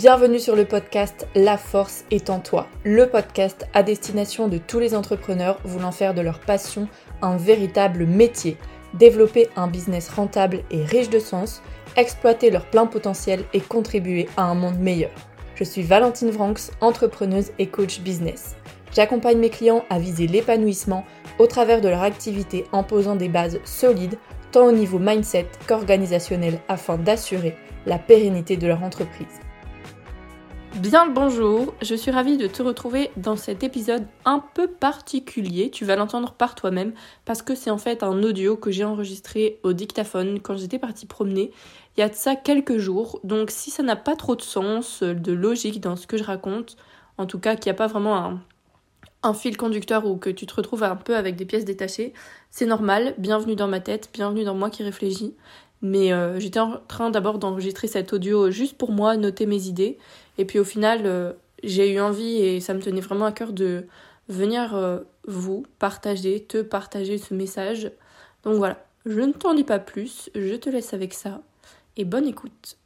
Bienvenue sur le podcast La force est en toi, le podcast à destination de tous les entrepreneurs voulant faire de leur passion un véritable métier, développer un business rentable et riche de sens, exploiter leur plein potentiel et contribuer à un monde meilleur. Je suis Valentine Vranx, entrepreneuse et coach business. J'accompagne mes clients à viser l'épanouissement au travers de leur activité en posant des bases solides, tant au niveau mindset qu'organisationnel afin d'assurer la pérennité de leur entreprise. Bien le bonjour, je suis ravie de te retrouver dans cet épisode un peu particulier, tu vas l'entendre par toi-même parce que c'est en fait un audio que j'ai enregistré au dictaphone quand j'étais partie promener il y a de ça quelques jours, donc si ça n'a pas trop de sens, de logique dans ce que je raconte, en tout cas qu'il n'y a pas vraiment un fil conducteur ou que tu te retrouves un peu avec des pièces détachées, c'est normal, bienvenue dans ma tête, bienvenue dans moi qui réfléchis. Mais j'étais en train d'abord d'enregistrer cet audio juste pour moi, noter mes idées. Et puis au final, j'ai eu envie et ça me tenait vraiment à cœur de venir te partager ce message. Donc voilà, je ne t'en dis pas plus, je te laisse avec ça et bonne écoute.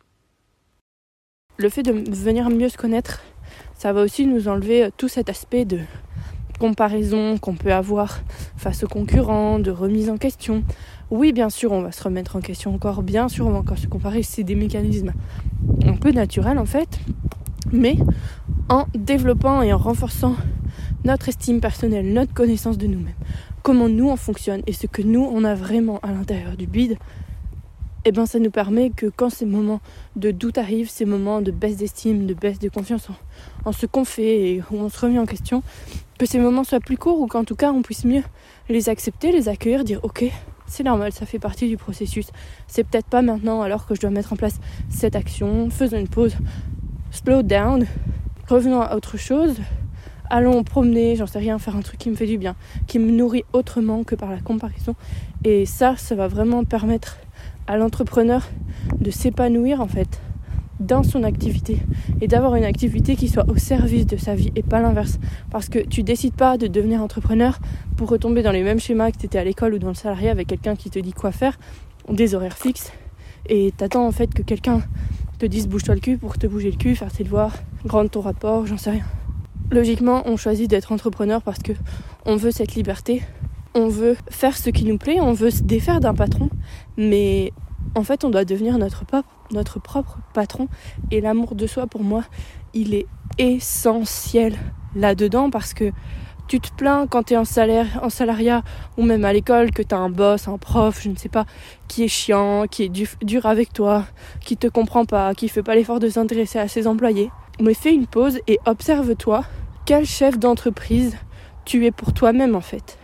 Le fait de venir mieux se connaître, ça va aussi nous enlever tout cet aspect de comparaison qu'on peut avoir face aux concurrents, de remise en question. Oui, bien sûr, on va se remettre en question encore, bien sûr, on va encore se comparer, c'est des mécanismes un peu naturels en fait, mais en développant et en renforçant notre estime personnelle, notre connaissance de nous-mêmes, comment nous on fonctionne et ce que nous on a vraiment à l'intérieur du bide, et ben ça nous permet que quand ces moments de doute arrivent, ces moments de baisse d'estime, de baisse de confiance en ce qu'on fait et où on se remet en question, que ces moments soient plus courts ou qu'en tout cas on puisse mieux les accepter, les accueillir, dire ok, c'est normal, ça fait partie du processus, c'est peut-être pas maintenant alors que je dois mettre en place cette action, faisons une pause, slow down, revenons à autre chose, allons promener, j'en sais rien, faire un truc qui me fait du bien, qui me nourrit autrement que par la comparaison, et ça va vraiment permettre à l'entrepreneur de s'épanouir en fait dans son activité et d'avoir une activité qui soit au service de sa vie et pas l'inverse, parce que tu décides pas de devenir entrepreneur pour retomber dans les mêmes schémas que tu étais à l'école ou dans le salariat avec quelqu'un qui te dit quoi faire, des horaires fixes, et t'attends en fait que quelqu'un te dise bouge-toi le cul pour te bouger le cul, faire tes devoirs, rendre ton rapport, j'en sais rien. Logiquement on choisit d'être entrepreneur parce que on veut cette liberté, on veut faire ce qui nous plaît, on veut se défaire d'un patron, mais en fait on doit devenir notre propre patron, et l'amour de soi pour moi il est essentiel là-dedans, parce que tu te plains quand tu es en salariat ou même à l'école que tu as un boss, un prof, je ne sais pas, qui est chiant, qui est dur avec toi, qui te comprend pas, qui fait pas l'effort de s'intéresser à ses employés. Mais fais une pause et observe-toi quel chef d'entreprise tu es pour toi-même en fait.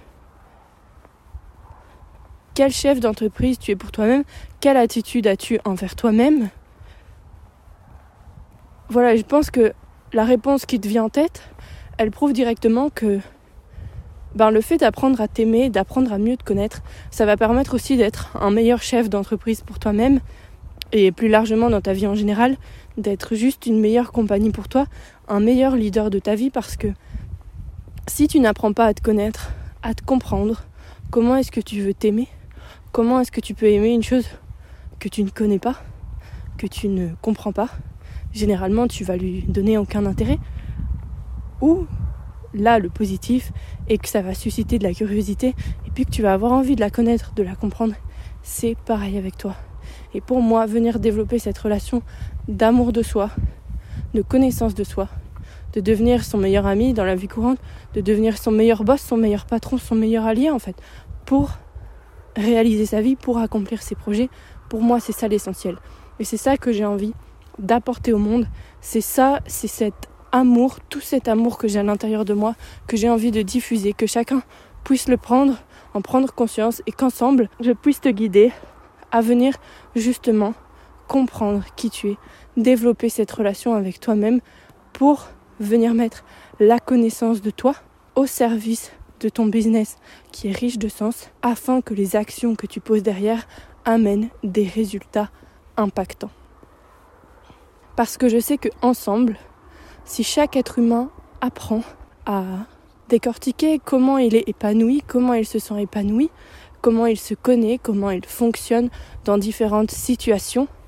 Quel chef d'entreprise tu es pour toi-même? Quelle attitude as-tu envers toi-même? Voilà, je pense que la réponse qui te vient en tête, elle prouve directement que le fait d'apprendre à t'aimer, d'apprendre à mieux te connaître, ça va permettre aussi d'être un meilleur chef d'entreprise pour toi-même et plus largement dans ta vie en général, d'être juste une meilleure compagnie pour toi, un meilleur leader de ta vie, parce que si tu n'apprends pas à te connaître, à te comprendre, comment est-ce que tu veux t'aimer? Comment est-ce que tu peux aimer une chose que tu ne connais pas, que tu ne comprends pas? Généralement, tu vas lui donner aucun intérêt. Ou là, le positif est que ça va susciter de la curiosité et puis que tu vas avoir envie de la connaître, de la comprendre. C'est pareil avec toi. Et pour moi, venir développer cette relation d'amour de soi, de connaissance de soi, de devenir son meilleur ami dans la vie courante, de devenir son meilleur boss, son meilleur patron, son meilleur allié en fait, pour réaliser sa vie, pour accomplir ses projets. Pour moi, c'est ça l'essentiel. Et c'est ça que j'ai envie d'apporter au monde. C'est ça, c'est cet amour, tout cet amour que j'ai à l'intérieur de moi, que j'ai envie de diffuser, que chacun puisse le prendre, en prendre conscience, et qu'ensemble, je puisse te guider à venir justement comprendre qui tu es, développer cette relation avec toi-même pour venir mettre la connaissance de toi au service de ton business qui est riche de sens, afin que les actions que tu poses derrière amènent des résultats impactants. Parce que je sais qu'ensemble, si chaque être humain apprend à décortiquer comment il est épanoui, comment il se sent épanoui, comment il se connaît, comment il fonctionne dans différentes situations,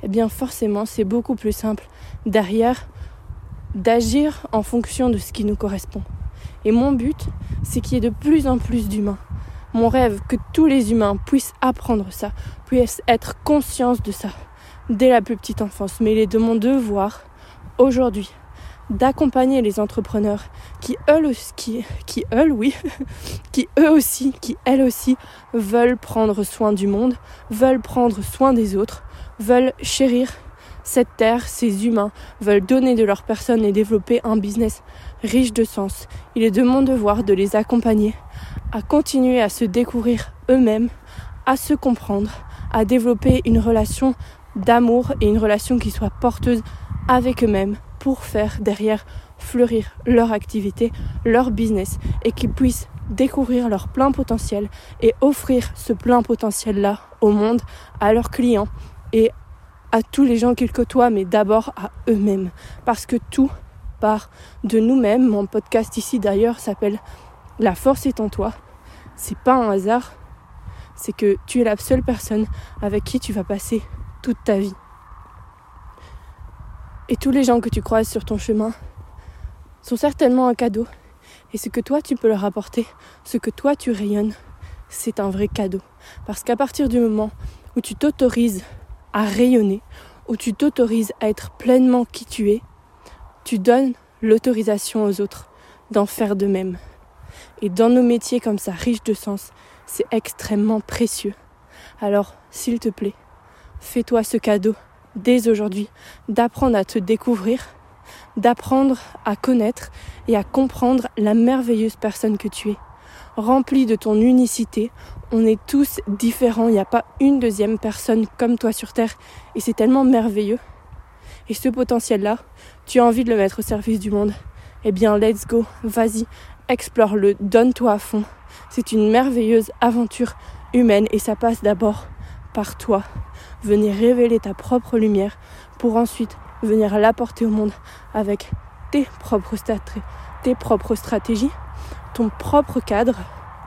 eh bien forcément c'est beaucoup plus simple derrière d'agir en fonction de ce qui nous correspond. Et mon but, c'est qu'il y ait de plus en plus d'humains. Mon rêve, que tous les humains puissent apprendre ça, puissent être conscients de ça, dès la plus petite enfance. Mais il est de mon devoir, aujourd'hui, d'accompagner les entrepreneurs qui elles aussi veulent prendre soin du monde, veulent prendre soin des autres, veulent chérir cette terre, ces humains, veulent donner de leur personne et développer un business riche de sens. Il est de mon devoir de les accompagner à continuer à se découvrir eux-mêmes, à se comprendre, à développer une relation d'amour et une relation qui soit porteuse avec eux-mêmes pour faire derrière fleurir leur activité, leur business et qu'ils puissent découvrir leur plein potentiel et offrir ce plein potentiel-là au monde, à leurs clients et à tous les gens qu'ils côtoient, mais d'abord à eux-mêmes. Parce que tout part de nous-mêmes. Mon podcast ici d'ailleurs s'appelle « La force est en toi ». C'est pas un hasard, c'est que tu es la seule personne avec qui tu vas passer toute ta vie. Et tous les gens que tu croises sur ton chemin sont certainement un cadeau. Et ce que toi tu peux leur apporter, ce que toi tu rayonnes, c'est un vrai cadeau. Parce qu'à partir du moment où tu t'autorises à rayonner, où tu t'autorises à être pleinement qui tu es, tu donnes l'autorisation aux autres d'en faire de même. Et dans nos métiers comme ça, riches de sens, c'est extrêmement précieux. Alors, s'il te plaît, fais-toi ce cadeau dès aujourd'hui d'apprendre à te découvrir, d'apprendre à connaître et à comprendre la merveilleuse personne que tu es. Remplie de ton unicité, on est tous différents, il n'y a pas une deuxième personne comme toi sur Terre et c'est tellement merveilleux. Et ce potentiel-là, tu as envie de le mettre au service du monde. Eh bien, let's go, vas-y, explore-le, donne-toi à fond. C'est une merveilleuse aventure humaine et ça passe d'abord par toi. Venir révéler ta propre lumière pour ensuite venir l'apporter au monde avec tes propres stratégies, ton propre cadre,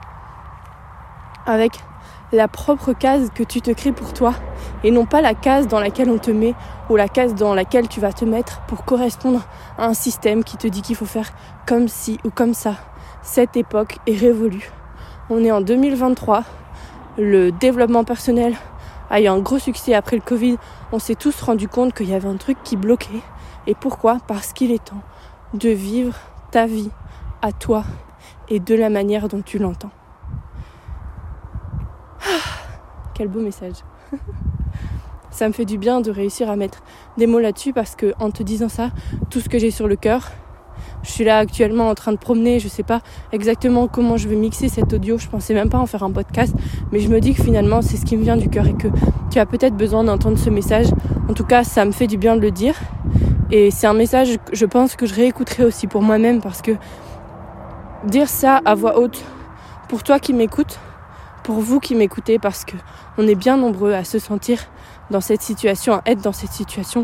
avec la propre case que tu te crées pour toi et non pas la case dans laquelle on te met ou la case dans laquelle tu vas te mettre pour correspondre à un système qui te dit qu'il faut faire comme ci ou comme ça. Cette époque est révolue. On est en 2023, le développement personnel a eu un gros succès après le Covid. On s'est tous rendu compte qu'il y avait un truc qui bloquait. Et pourquoi ? Parce qu'il est temps de vivre ta vie à toi et de la manière dont tu l'entends. Quel beau message. Ça me fait du bien de réussir à mettre des mots là-dessus parce que en te disant ça, tout ce que j'ai sur le cœur, je suis là actuellement en train de promener, je sais pas exactement comment je vais mixer cet audio, je pensais même pas en faire un podcast, mais je me dis que finalement c'est ce qui me vient du cœur et que tu as peut-être besoin d'entendre ce message. En tout cas, ça me fait du bien de le dire et c'est un message, je pense que je réécouterai aussi pour moi-même parce que dire ça à voix haute, pour toi qui m'écoutes, pour vous qui m'écoutez, parce que on est bien nombreux à se sentir dans cette situation, à être dans cette situation.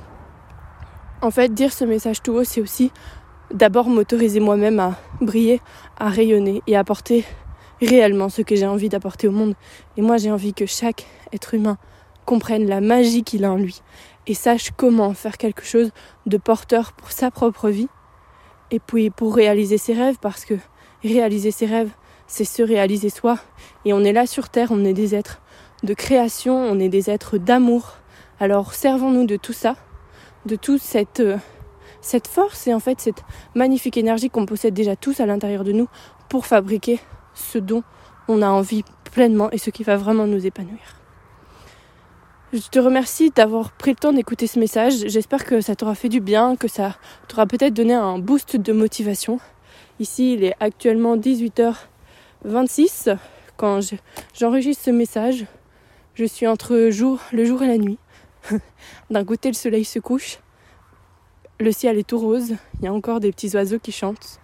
En fait, dire ce message tout haut, c'est aussi d'abord m'autoriser moi-même à briller, à rayonner et à apporter réellement ce que j'ai envie d'apporter au monde. Et moi, j'ai envie que chaque être humain comprenne la magie qu'il a en lui et sache comment faire quelque chose de porteur pour sa propre vie et puis pour réaliser ses rêves, parce que réaliser ses rêves, c'est se réaliser soi. Et on est là sur Terre, on est des êtres de création, on est des êtres d'amour. Alors servons-nous de tout ça, de toute cette force et en fait cette magnifique énergie qu'on possède déjà tous à l'intérieur de nous pour fabriquer ce dont on a envie pleinement et ce qui va vraiment nous épanouir. Je te remercie d'avoir pris le temps d'écouter ce message. J'espère que ça t'aura fait du bien, que ça t'aura peut-être donné un boost de motivation. Ici, il est actuellement 18h26 quand j'enregistre ce message. Je suis entre le jour et la nuit. D'un côté, le soleil se couche. Le ciel est tout rose. Il y a encore des petits oiseaux qui chantent.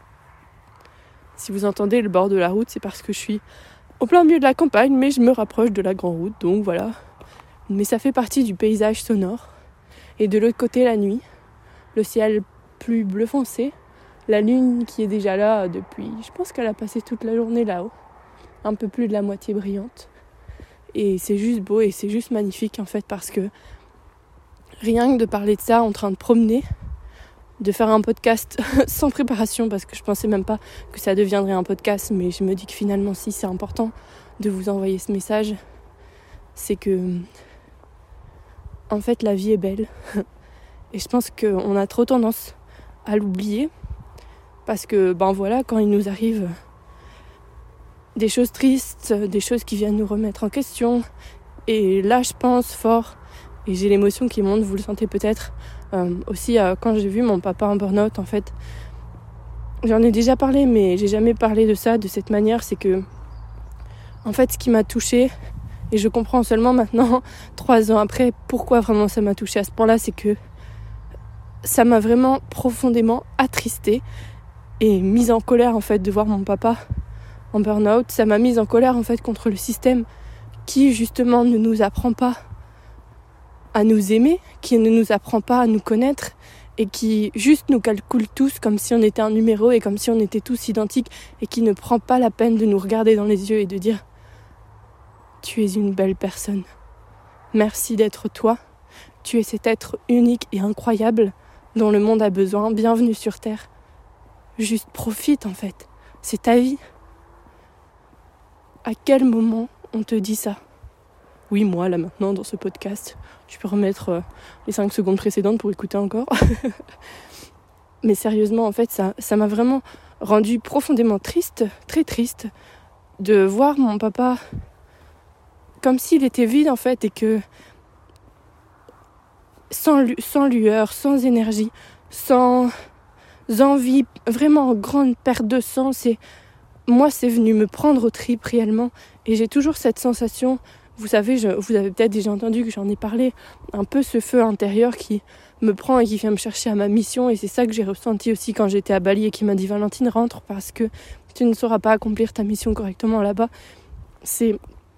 Si vous entendez le bord de la route, c'est parce que je suis au plein milieu de la campagne, mais je me rapproche de la grande route. Donc voilà. Mais ça fait partie du paysage sonore. Et de l'autre côté, la nuit. Le ciel plus bleu foncé. La lune qui est déjà là depuis... Je pense qu'elle a passé toute la journée là-haut. Un peu plus de la moitié brillante. Et c'est juste beau et c'est juste magnifique en fait parce que rien que de parler de ça en train de promener, de faire un podcast sans préparation parce que je pensais même pas que ça deviendrait un podcast, mais je me dis que finalement si c'est important de vous envoyer ce message, c'est que en fait la vie est belle et je pense qu'on a trop tendance à l'oublier parce que quand il nous arrive des choses tristes, des choses qui viennent nous remettre en question, et là je pense fort et j'ai l'émotion qui monte, vous le sentez peut-être aussi quand j'ai vu mon papa en burn-out. En fait j'en ai déjà parlé mais j'ai jamais parlé de ça de cette manière. C'est que en fait ce qui m'a touchée, et je comprends seulement maintenant 3 ans après pourquoi vraiment ça m'a touchée à ce point-là, c'est que ça m'a vraiment profondément attristée et mise en colère en fait de voir mon papa en burn-out. Ça m'a mise en colère en fait contre le système qui justement ne nous apprend pas à nous aimer, qui ne nous apprend pas à nous connaître et qui juste nous calcule tous comme si on était un numéro et comme si on était tous identiques, et qui ne prend pas la peine de nous regarder dans les yeux et de dire « Tu es une belle personne. Merci d'être toi. Tu es cet être unique et incroyable dont le monde a besoin. Bienvenue sur Terre. Juste profite en fait. C'est ta vie. » À quel moment on te dit ça ? Oui, moi, là maintenant, dans ce podcast, tu peux remettre les 5 secondes précédentes pour écouter encore. Mais sérieusement, en fait, ça m'a vraiment rendue profondément triste, très triste, de voir mon papa comme s'il était vide, en fait, et que sans lueur, sans énergie, sans envie, vraiment en grande perte de sens. Et moi, c'est venu me prendre aux tripes réellement. Et j'ai toujours cette sensation... Vous savez, vous avez peut-être déjà entendu que j'en ai parlé, un peu ce feu intérieur qui me prend et qui vient me chercher à ma mission. Et c'est ça que j'ai ressenti aussi quand j'étais à Bali et qui m'a dit « Valentine, rentre parce que tu ne sauras pas accomplir ta mission correctement là-bas. » C'est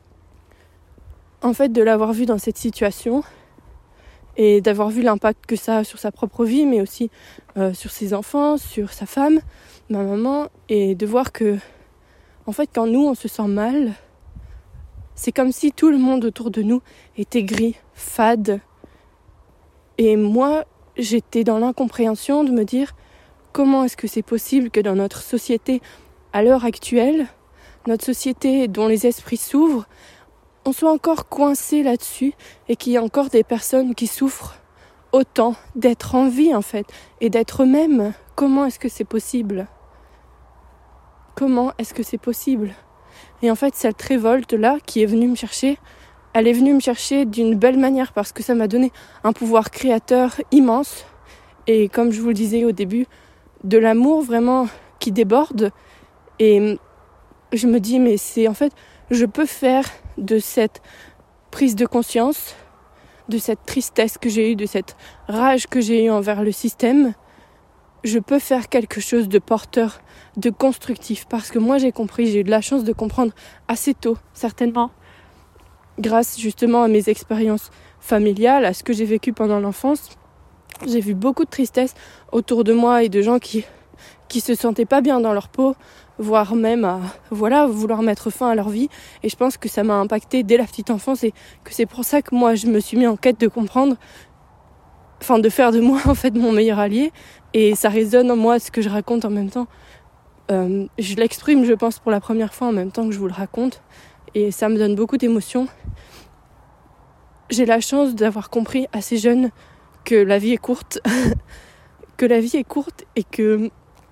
en fait de l'avoir vu dans cette situation et d'avoir vu l'impact que ça a sur sa propre vie, mais aussi sur ses enfants, sur sa femme, ma maman, et de voir que, en fait, quand nous, on se sent mal... C'est comme si tout le monde autour de nous était gris, fade. Et moi, j'étais dans l'incompréhension de me dire comment est-ce que c'est possible que dans notre société, à l'heure actuelle, notre société dont les esprits s'ouvrent, on soit encore coincé là-dessus et qu'il y a encore des personnes qui souffrent autant d'être en vie en fait et d'être eux-mêmes. Comment est-ce que c'est possible ? Comment est-ce que c'est possible ? Et en fait, cette révolte-là qui est venue me chercher, elle est venue me chercher d'une belle manière parce que ça m'a donné un pouvoir créateur immense. Et comme je vous le disais au début, de l'amour vraiment qui déborde. Et je me dis, mais c'est en fait, je peux faire de cette prise de conscience, de cette tristesse que j'ai eue, de cette rage que j'ai eue envers le système, je peux faire quelque chose de porteur, de constructif. Parce que moi, j'ai compris, j'ai eu de la chance de comprendre assez tôt, certainement, grâce justement à mes expériences familiales, à ce que j'ai vécu pendant l'enfance. J'ai vu beaucoup de tristesse autour de moi et de gens qui se sentaient pas bien dans leur peau, voire même à vouloir mettre fin à leur vie. Et je pense que ça m'a impacté dès la petite enfance et que c'est pour ça que moi, je me suis mis en quête de comprendre, enfin de faire de moi en fait mon meilleur allié. Et ça résonne en moi ce que je raconte en même temps. Je l'exprime, je pense, pour la première fois en même temps que je vous le raconte. Et ça me donne beaucoup d'émotions. J'ai la chance d'avoir compris assez jeune que la vie est courte. Que la vie est courte et que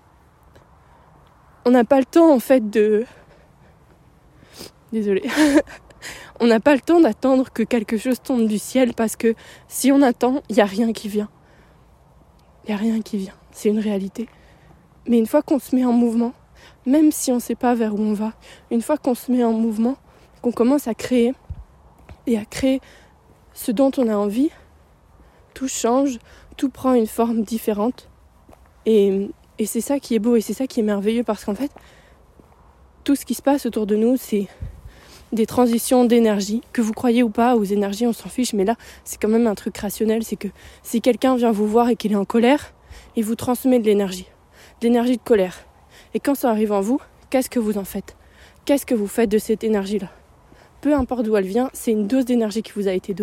on n'a pas le temps en fait de... Désolée. On n'a pas le temps d'attendre que quelque chose tombe du ciel parce que si on attend, il n'y a rien qui vient. Il n'y a rien qui vient, c'est une réalité. Mais une fois qu'on se met en mouvement, même si on ne sait pas vers où on va, une fois qu'on se met en mouvement, qu'on commence à créer, et à créer ce dont on a envie, tout change, tout prend une forme différente. Et c'est ça qui est beau et c'est ça qui est merveilleux parce qu'en fait, tout ce qui se passe autour de nous, c'est des transitions d'énergie, que vous croyez ou pas aux énergies, on s'en fiche, mais là, c'est quand même un truc rationnel, c'est que si quelqu'un vient vous voir et qu'il est en colère, il vous transmet de l'énergie de colère. Et quand ça arrive en vous, qu'est-ce que vous en faites ? Qu'est-ce que vous faites de cette énergie-là ? Peu importe d'où elle vient, c'est une dose d'énergie qui vous a été donnée.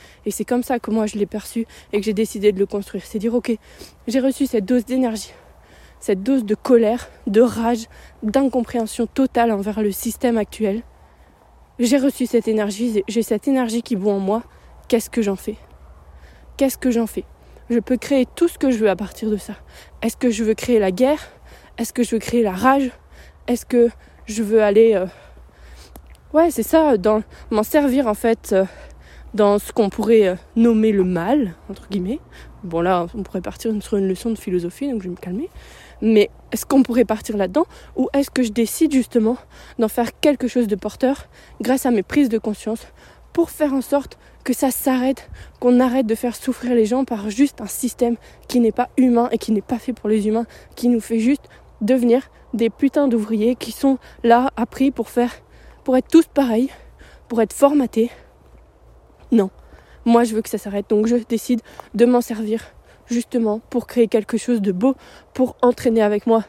Et c'est comme ça que moi je l'ai perçu et que j'ai décidé de le construire. C'est dire, ok, j'ai reçu cette dose d'énergie, cette dose de colère, de rage, d'incompréhension totale envers le système actuel. J'ai reçu cette énergie, j'ai cette énergie qui bout en moi. Qu'est-ce que j'en fais ? Qu'est-ce que j'en fais ? Je peux créer tout ce que je veux à partir de ça. Est-ce que je veux créer la guerre ? Est-ce que je veux créer la rage ? Est-ce que je veux aller... Ouais, c'est ça, m'en servir en fait dans ce qu'on pourrait nommer le mal, entre guillemets. Bon là, on pourrait partir sur une leçon de philosophie, donc je vais me calmer. Mais est-ce qu'on pourrait partir là-dedans ? Ou est-ce que je décide justement d'en faire quelque chose de porteur grâce à mes prises de conscience pour faire en sorte que ça s'arrête, qu'on arrête de faire souffrir les gens par juste un système qui n'est pas humain et qui n'est pas fait pour les humains, qui nous fait juste devenir des putains d'ouvriers qui sont là appris pour être tous pareils, pour être formatés. Non, moi je veux que ça s'arrête, donc je décide de m'en servir justement pour créer quelque chose de beau, pour entraîner avec moi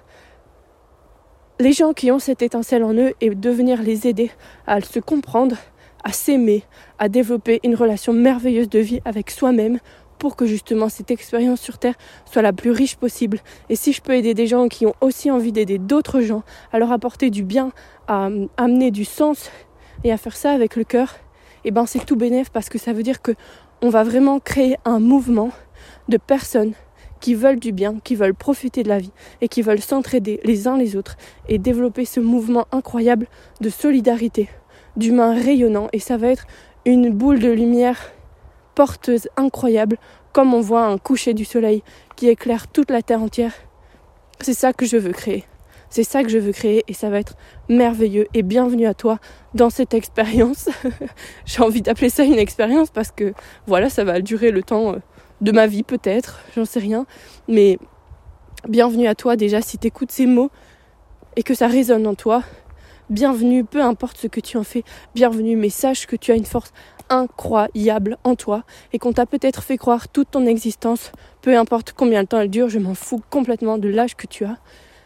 les gens qui ont cette étincelle en eux et de venir les aider à se comprendre, à s'aimer, à développer une relation merveilleuse de vie avec soi-même pour que justement cette expérience sur Terre soit la plus riche possible. Et si je peux aider des gens qui ont aussi envie d'aider d'autres gens, à leur apporter du bien, à amener du sens et à faire ça avec le cœur, et ben c'est tout bénef parce que ça veut dire qu'on va vraiment créer un mouvement de personnes qui veulent du bien, qui veulent profiter de la vie et qui veulent s'entraider les uns les autres et développer ce mouvement incroyable de solidarité, d'humains rayonnants. Et ça va être une boule de lumière porteuse incroyable, comme on voit un coucher du soleil qui éclaire toute la terre entière. C'est ça que je veux créer. C'est ça que je veux créer et ça va être merveilleux. Et bienvenue à toi dans cette expérience. J'ai envie d'appeler ça une expérience parce que voilà, ça va durer le temps de ma vie peut-être, j'en sais rien. Mais bienvenue à toi déjà si tu écoutes ces mots et que ça résonne en toi. Bienvenue, peu importe ce que tu en fais. Bienvenue, mais sache que tu as une force incroyable en toi et qu'on t'a peut-être fait croire toute ton existence, peu importe combien de temps elle dure, je m'en fous complètement de l'âge que tu as.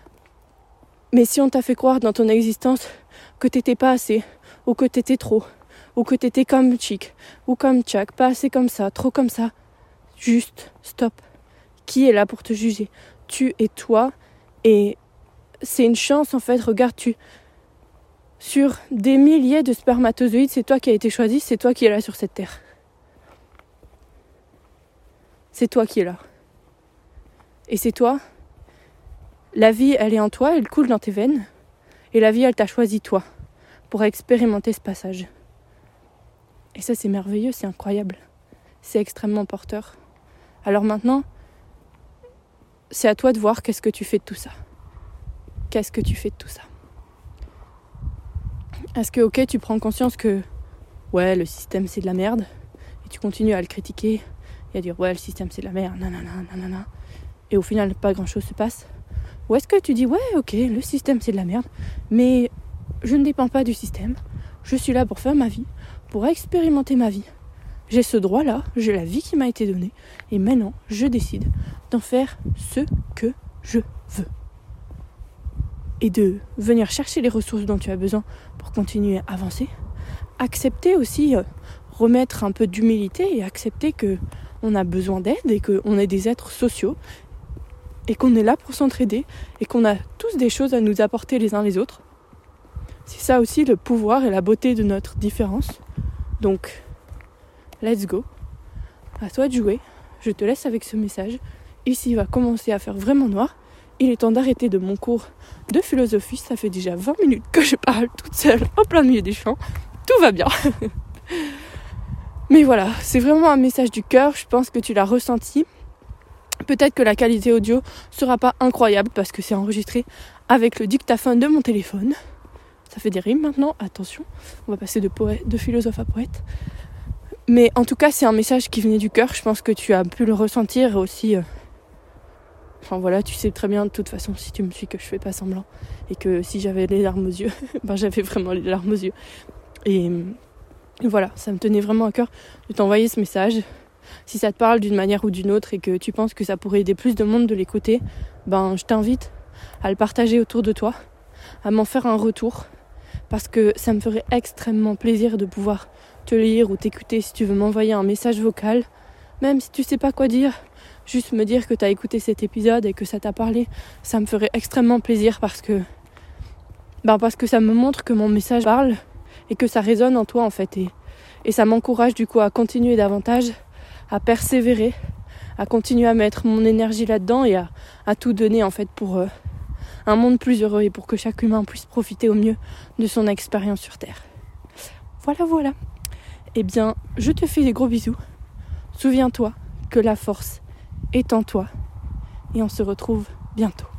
Mais si on t'a fait croire dans ton existence que t'étais pas assez, ou que t'étais trop, ou que t'étais comme Chick, ou comme Chuck, pas assez comme ça, trop comme ça, juste stop. Qui est là pour te juger ? Tu et toi, et c'est une chance en fait, regarde-tu. Sur des milliers de spermatozoïdes, c'est toi qui as été choisi, c'est toi qui es là sur cette terre. C'est toi qui es là. Et c'est toi. La vie, elle est en toi, elle coule dans tes veines. Et la vie, elle t'a choisi toi pour expérimenter ce passage. Et ça, c'est merveilleux, c'est incroyable. C'est extrêmement porteur. Alors maintenant, c'est à toi de voir qu'est-ce que tu fais de tout ça. Qu'est-ce que tu fais de tout ça ? Est-ce que, ok, tu prends conscience que, ouais, le système, c'est de la merde, et tu continues à le critiquer, et à dire, ouais, le système, c'est de la merde, nanana, et au final, pas grand-chose se passe ? Ou est-ce que tu dis, ouais, ok, le système, c'est de la merde, mais je ne dépends pas du système, je suis là pour faire ma vie, pour expérimenter ma vie. J'ai ce droit-là, j'ai la vie qui m'a été donnée, et maintenant, je décide d'en faire ce que je veux. Et de venir chercher les ressources dont tu as besoin pour continuer à avancer. Accepter aussi, remettre un peu d'humilité et accepter qu'on a besoin d'aide et qu'on est des êtres sociaux et qu'on est là pour s'entraider et qu'on a tous des choses à nous apporter les uns les autres. C'est ça aussi le pouvoir et la beauté de notre différence. Donc, let's go. À toi de jouer. Je te laisse avec ce message. Ici, il va commencer à faire vraiment noir. Il est temps d'arrêter de mon cours de philosophie. Ça fait déjà 20 minutes que je parle toute seule en plein milieu des champs. Tout va bien. Mais voilà, c'est vraiment un message du cœur. Je pense que tu l'as ressenti. Peut-être que la qualité audio sera pas incroyable parce que c'est enregistré avec le dictaphone de mon téléphone. Ça fait des rimes maintenant, attention. On va passer de philosophe à poète. Mais en tout cas, c'est un message qui venait du cœur. Je pense que tu as pu le ressentir aussi... Enfin voilà, tu sais très bien de toute façon si tu me suis que je fais pas semblant et que si j'avais les larmes aux yeux, j'avais vraiment les larmes aux yeux. Et voilà, ça me tenait vraiment à cœur de t'envoyer ce message. Si ça te parle d'une manière ou d'une autre et que tu penses que ça pourrait aider plus de monde de l'écouter, je t'invite à le partager autour de toi, à m'en faire un retour. parce que ça me ferait extrêmement plaisir de pouvoir te lire ou t'écouter si tu veux m'envoyer un message vocal. Même si tu sais pas quoi dire, juste me dire que tu as écouté cet épisode et que ça t'a parlé, ça me ferait extrêmement plaisir parce que ça me montre que mon message parle et que ça résonne en toi en fait. Et ça m'encourage du coup à continuer davantage, à persévérer, à continuer à mettre mon énergie là-dedans et à tout donner en fait pour un monde plus heureux et pour que chaque humain puisse profiter au mieux de son expérience sur Terre. Voilà. Eh bien, je te fais des gros bisous. Souviens-toi que la force est en toi et on se retrouve bientôt.